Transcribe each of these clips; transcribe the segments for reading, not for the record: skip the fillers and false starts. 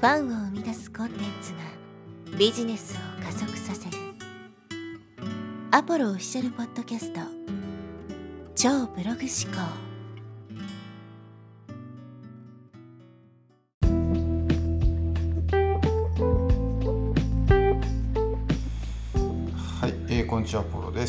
ファンを生み出すコンテンツがビジネスを加速させるアポロオフィシャルポッドキャスト超ブログ思考。 はい、こんにちは、ポロです。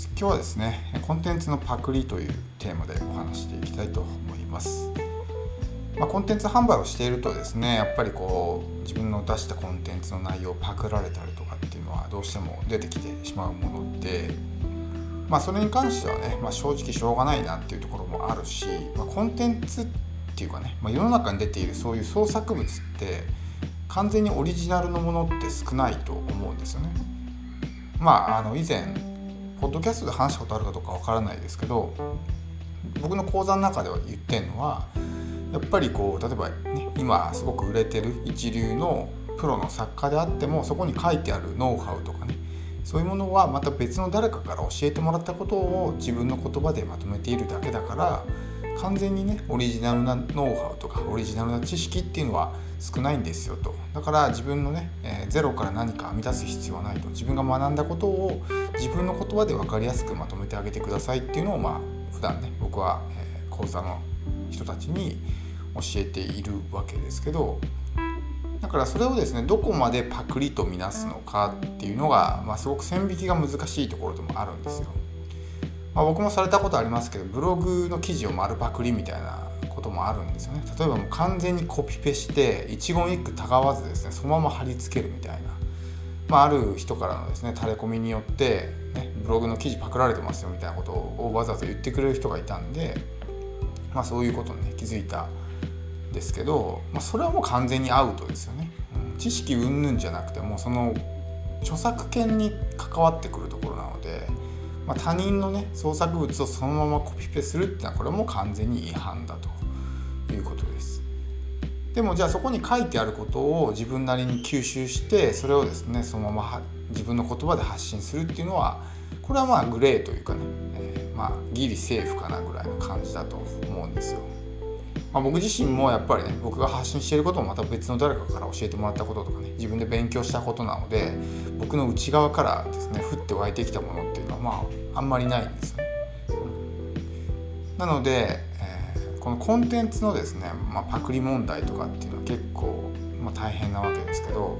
今日はですね、コンテンツのパクリというテーマでお話していきたいと思います。コンテンツ販売をしているとですね、やっぱり自分の出したコンテンツの内容をパクられたりとかっていうのはどうしても出てきてしまうもので、それに関してはね、正直しょうがないなっていうところもあるし、コンテンツっていうかね、世の中に出ているそういう創作物って完全にオリジナルのものって少ないと思うんですよね。以前ポッドキャストで話したことあるかどうかわからないですけど、僕の講座の中では言ってるのは、やっぱり例えばね、今すごく売れてる一流のプロの作家であっても、そこに書いてあるノウハウとかね、そういうものはまた別の誰かから教えてもらったことを自分の言葉でまとめているだけだから、完全にねオリジナルなノウハウとかオリジナルな知識っていうのは少ないんですよと。だから自分のね、ゼロから何か編み出す必要はないと。自分が学んだことを自分の言葉で分かりやすくまとめてあげてくださいっていうのを普段ね、僕は、講座の人たちに教えているわけですけど、だからそれをですね、どこまでパクリとみなすのかっていうのが、すごく線引きが難しいところでもあるんですよ。僕もされたことありますけど、ブログの記事を丸パクリみたいなこともあるんですよね。例えばもう完全にコピペして一言一句たがわずですね、そのまま貼り付けるみたいな、ある人からのですね垂れ込みによって、ブログの記事パクられてますよみたいなことをわざわざ言ってくれる人がいたんで、そういうことにね気づいたんですけど、それはもう完全にアウトですよね。知識云々じゃなくても、その著作権に関わってくるところなので、他人のね創作物をそのままコピペするっていうのは、これはもう完全に違反だということです。でもじゃあそこに書いてあることを自分なりに吸収して、それをですねそのまま自分の言葉で発信するっていうのは、これはグレーというかね、ギリセーフかなぐらいの感じだと思うんですよ。僕自身もやっぱりね、僕が発信していることもまた別の誰かから教えてもらったこととかね、自分で勉強したことなので、僕の内側からですね降って湧いてきたものっていうのはあんまりないんですよね。なので、このコンテンツのですね、パクリ問題とかっていうのは結構、大変なわけですけど、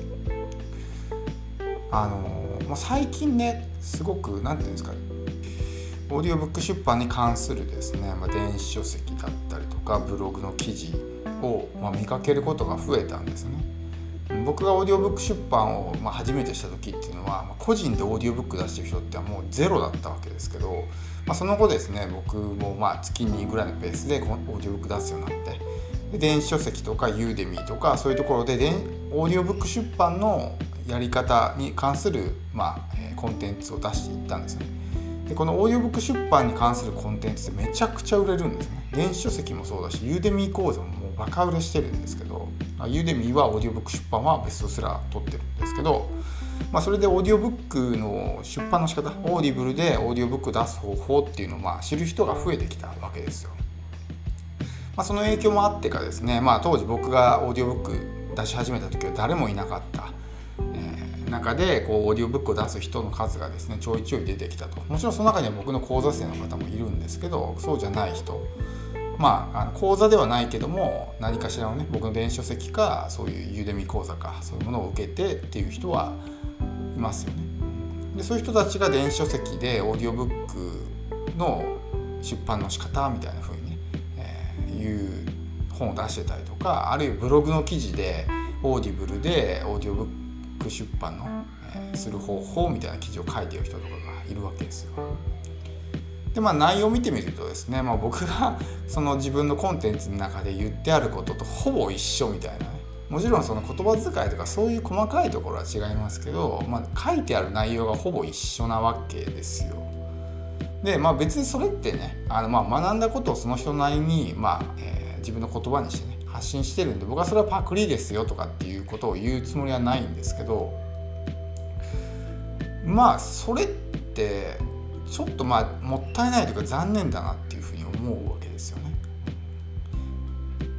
最近ねすごくなんていうんですか、オーディオブック出版に関するですね、電子書籍だったりとかブログの記事を、見かけることが増えたんですね。僕がオーディオブック出版を、初めてした時っていうのは、個人でオーディオブック出してる人ってもうゼロだったわけですけど、その後ですね、僕も月2ぐらいのペースでオーディオブック出すようになって、で電子書籍とかユーデミーとかそういうところでオーディオブック出版のやり方に関する、コンテンツを出していったんですね。でこのオーディオブック出版に関するコンテンツってめちゃくちゃ売れるんですね。電子書籍もそうだし、ユーデミー講座ももうバカ売れしてるんですけど、ユーデミーはオーディオブック出版はベストセラー取ってるんですけど、それでオーディオブックの出版の仕方、オーディブルでオーディオブックを出す方法っていうのを知る人が増えてきたわけですよ。その影響もあってかですね、当時僕がオーディオブック出し始めた時は誰もいなかった中でオーディオブックを出す人の数がですねちょいちょい出てきたと。もちろんその中には僕の講座生の方もいるんですけど、そうじゃない人、講座ではないけども何かしらのね、僕の電子書籍かそういうユーデミ講座かそういうものを受けてっていう人はいますよね。でそういう人たちが電子書籍でオーディオブックの出版の仕方みたいな風にね、いう本を出してたりとか、あるいはブログの記事でオーディブルでオーディオブック出版の、する方法みたいな記事を書いている人とかがいるわけですよ。で内容を見てみるとですね、僕がその自分のコンテンツの中で言ってあることとほぼ一緒みたいなね、もちろんその言葉遣いとかそういう細かいところは違いますけど、書いてある内容がほぼ一緒なわけですよ。で別にそれってね、学んだことをその人なりに、自分の言葉にしてね発信してるんで、僕はそれはパクリですよとかっていうことを言うつもりはないんですけど、それってちょっともったいないというか残念だなっていうふうに思うわけですよね。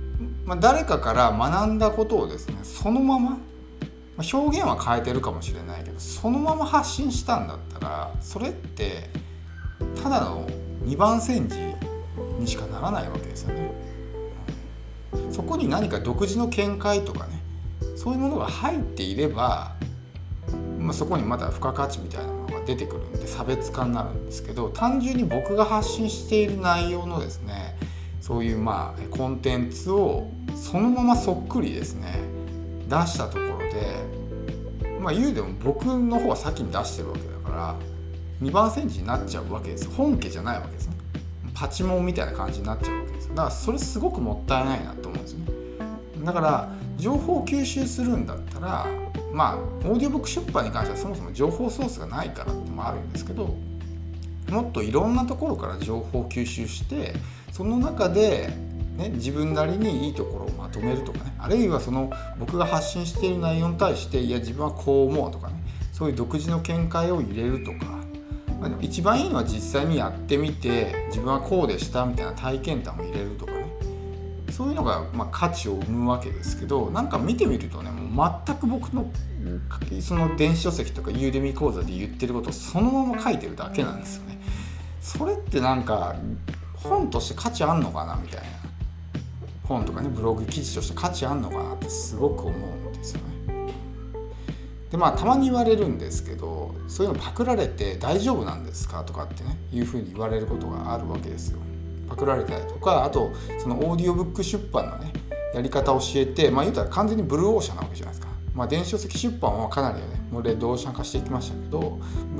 誰かから学んだことをですねそのまま、表現は変えてるかもしれないけどそのまま発信したんだったらそれってただの二番煎じにしかならないわけですよね。そこに何か独自の見解とかねそういうものが入っていれば、そこにまた付加価値みたいなものが出てくるんで差別化になるんですけど、単純に僕が発信している内容のですねそういうコンテンツをそのままそっくりですね出したところで、言うでも僕の方は先に出してるわけだから2番煎じになっちゃうわけです。本家じゃないわけですね。パチモンみたいな感じになっちゃうわけです。だからそれすごくもったいないなと思うんですよね。だから情報を吸収するんだったらオーディオブック出版に関してはそもそも情報ソースがないからってのもあるんですけど、もっといろんなところから情報を吸収してその中で、自分なりにいいところをまとめるとかね、あるいはその僕が発信している内容に対して自分はこう思うとかね、そういう独自の見解を入れるとか、でも一番いいのは実際にやってみて自分はこうでしたみたいな体験談を入れるとかね、そういうのが価値を生むわけですけど、なんか見てみるとねもう全く僕のその電子書籍とかユーデミ講座で言ってることをそのまま書いてるだけなんですよね。それってなんか本として価値あんのかなみたいな、本とかねブログ記事として価値あんのかなってすごく思うんですよね。でたまに言われるんですけど、そういうのパクられて大丈夫なんですかとかってねいうふうに言われることがあるわけですよ。パクられたりとか、あとそのオーディオブック出版のねやり方を教えて、言うたら完全にブルーオーシャンなわけじゃないですか。電子書籍出版はかなりねもうレッドオーシャン化していきましたけど、オ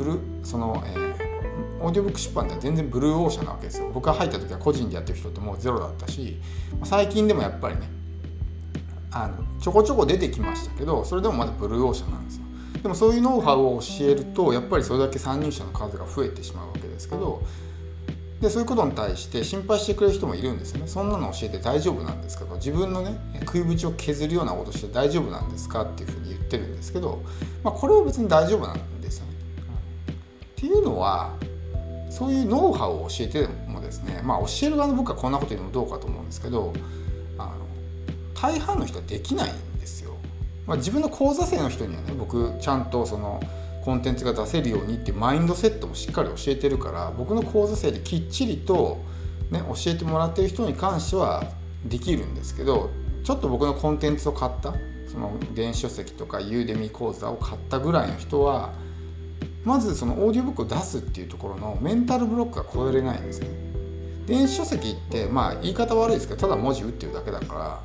ーディオブック出版では全然ブルーオーシャンなわけですよ。僕が入った時は個人でやってる人ってもうゼロだったし、最近でもやっぱりねちょこちょこ出てきましたけど、それでもまだブルーオーシャンなんですよ。でもそういうノウハウを教えるとやっぱりそれだけ参入者の数が増えてしまうわけですけど、でそういうことに対して心配してくれる人もいるんですよね。そんなの教えて大丈夫なんですかと、自分のね食いぶちを削るようなことして大丈夫なんですかっていうふうに言ってるんですけど、これは別に大丈夫なんですよね。っていうのはそういうノウハウを教えてもですね、教える側の僕はこんなこと言うのもどうかと思うんですけど、大半の人はできないんですよ。自分の講座生の人にはね僕ちゃんとそのコンテンツが出せるようにっていうマインドセットもしっかり教えてるから、僕の講座生できっちりと、教えてもらってる人に関してはできるんですけど、ちょっと僕のコンテンツを買ったその電子書籍とかユーデミ講座を買ったぐらいの人はまずそのオーディオブックを出すっていうところのメンタルブロックが超えれないんですよね。電子書籍って言い方悪いですけどただ文字打ってるだけだから、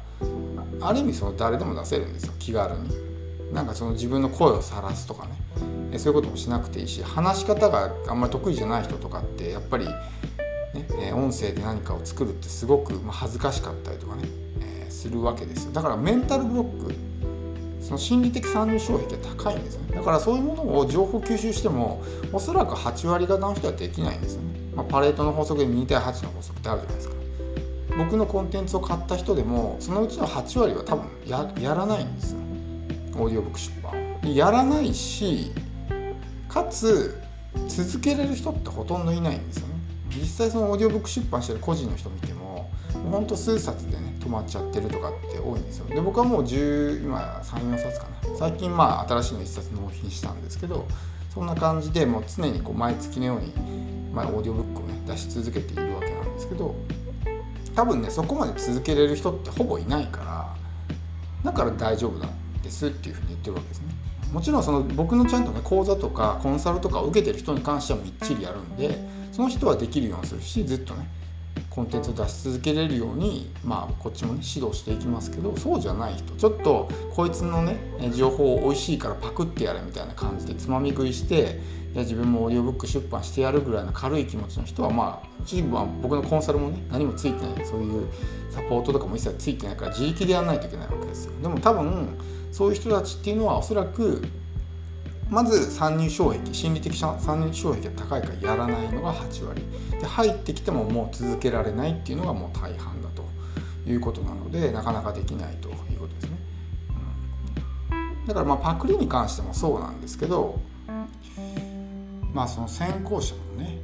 ある意味その誰でも出せるんですよ、気軽に。なんかその自分の声を晒すとかね、そういうこともしなくていいし、話し方があんまり得意じゃない人とかってやっぱり、音声で何かを作るってすごく恥ずかしかったりとかね、するわけですよ。だからメンタルブロック、その心理的参入障壁が高いんですよね。だからそういうものを情報吸収してもおそらく8割方の人はできないんですよね。パレートの法則で2対8の法則ってあるじゃないですか。僕のコンテンツを買った人でもそのうちの8割は多分 やらないんですよ、オーディオブック出版やらないし、かつ続けれる人ってほとんどいないんですよね。実際そのオーディオブック出版してる個人の人見てもほんと数冊でね止まっちゃってるとかって多いんですよ。で僕はもう今 3,4 冊かな、最近新しいの1冊納品したんですけど、そんな感じでもう常に毎月のようにオーディオブックをね出し続けているわけなんですけど、多分ねそこまで続けれる人ってほぼいないから、だから大丈夫なんですっていうふうに言ってるわけですね。もちろんその僕のちゃんとね講座とかコンサルとかを受けてる人に関してはみっちりやるんで、その人はできるようにするし、ずっとねコンテンツを出し続けれるようにこっちもね指導していきますけど、そうじゃない人、ちょっとこいつのね情報を美味しいからパクってやれみたいな感じでつまみ食いして、自分もオーディオブック出版してやるぐらいの軽い気持ちの人は一部は僕のコンサルもね何もついてない、そういうサポートとかも一切ついてないから自力でやらないといけないわけですよ。でも多分そういう人たちっていうのはおそらくまず参入障壁、心理的参入障壁が高いからやらないのが8割で、入ってきてももう続けられないっていうのがもう大半だということなので、なかなかできないということですね。だからパクリに関してもそうなんですけど、その先行者のね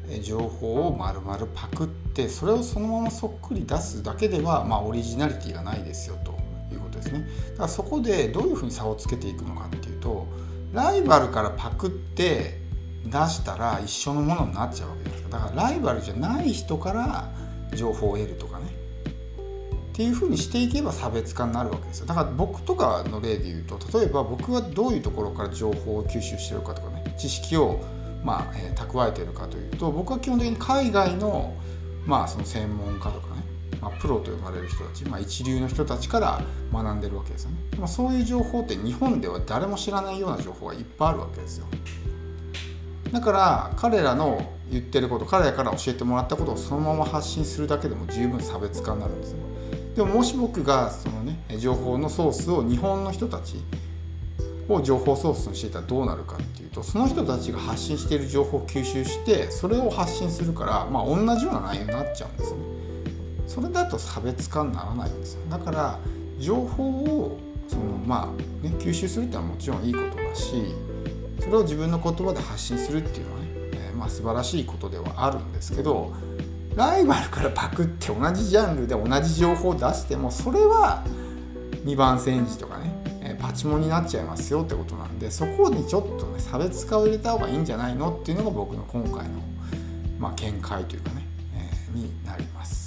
情報を丸々パクってそれをそのままそっくり出すだけでは、オリジナリティがないですよということですね。だからそこでどういうふうに差をつけていくのかっていうと、ライバルからパクって出したら一緒のものになっちゃうわけです。だからライバルじゃない人から情報を得るとかねっていう風にしていけば差別化になるわけですよ。だから僕とかの例で言うと、例えば僕はどういうところから情報を吸収してるかとかね、知識を蓄えているかというと、僕は基本的に海外のその専門家とかね、プロと呼ばれる人たち、一流の人たちから学んでるわけですよね。そういう情報って日本では誰も知らないような情報がいっぱいあるわけですよ。だから彼らの言ってること、彼らから教えてもらったことをそのまま発信するだけでも十分差別化になるんですよ。でももし僕がそのね情報のソースを日本の人たちを情報ソースにしていたらどうなるかっていうと、その人たちが発信している情報を吸収してそれを発信するから、同じような内容になっちゃうんですよね。それだと差別化にならないんですよ。だから情報を吸収するっていうのはもちろんいいことだし、それを自分の言葉で発信するっていうのはね、素晴らしいことではあるんですけど、ライバルからパクって同じジャンルで同じ情報を出してもそれは2番煎じとかね、パチモンになっちゃいますよってことなんで、そこにちょっとね差別化を入れた方がいいんじゃないのっていうのが僕の今回の見解というかね、になります。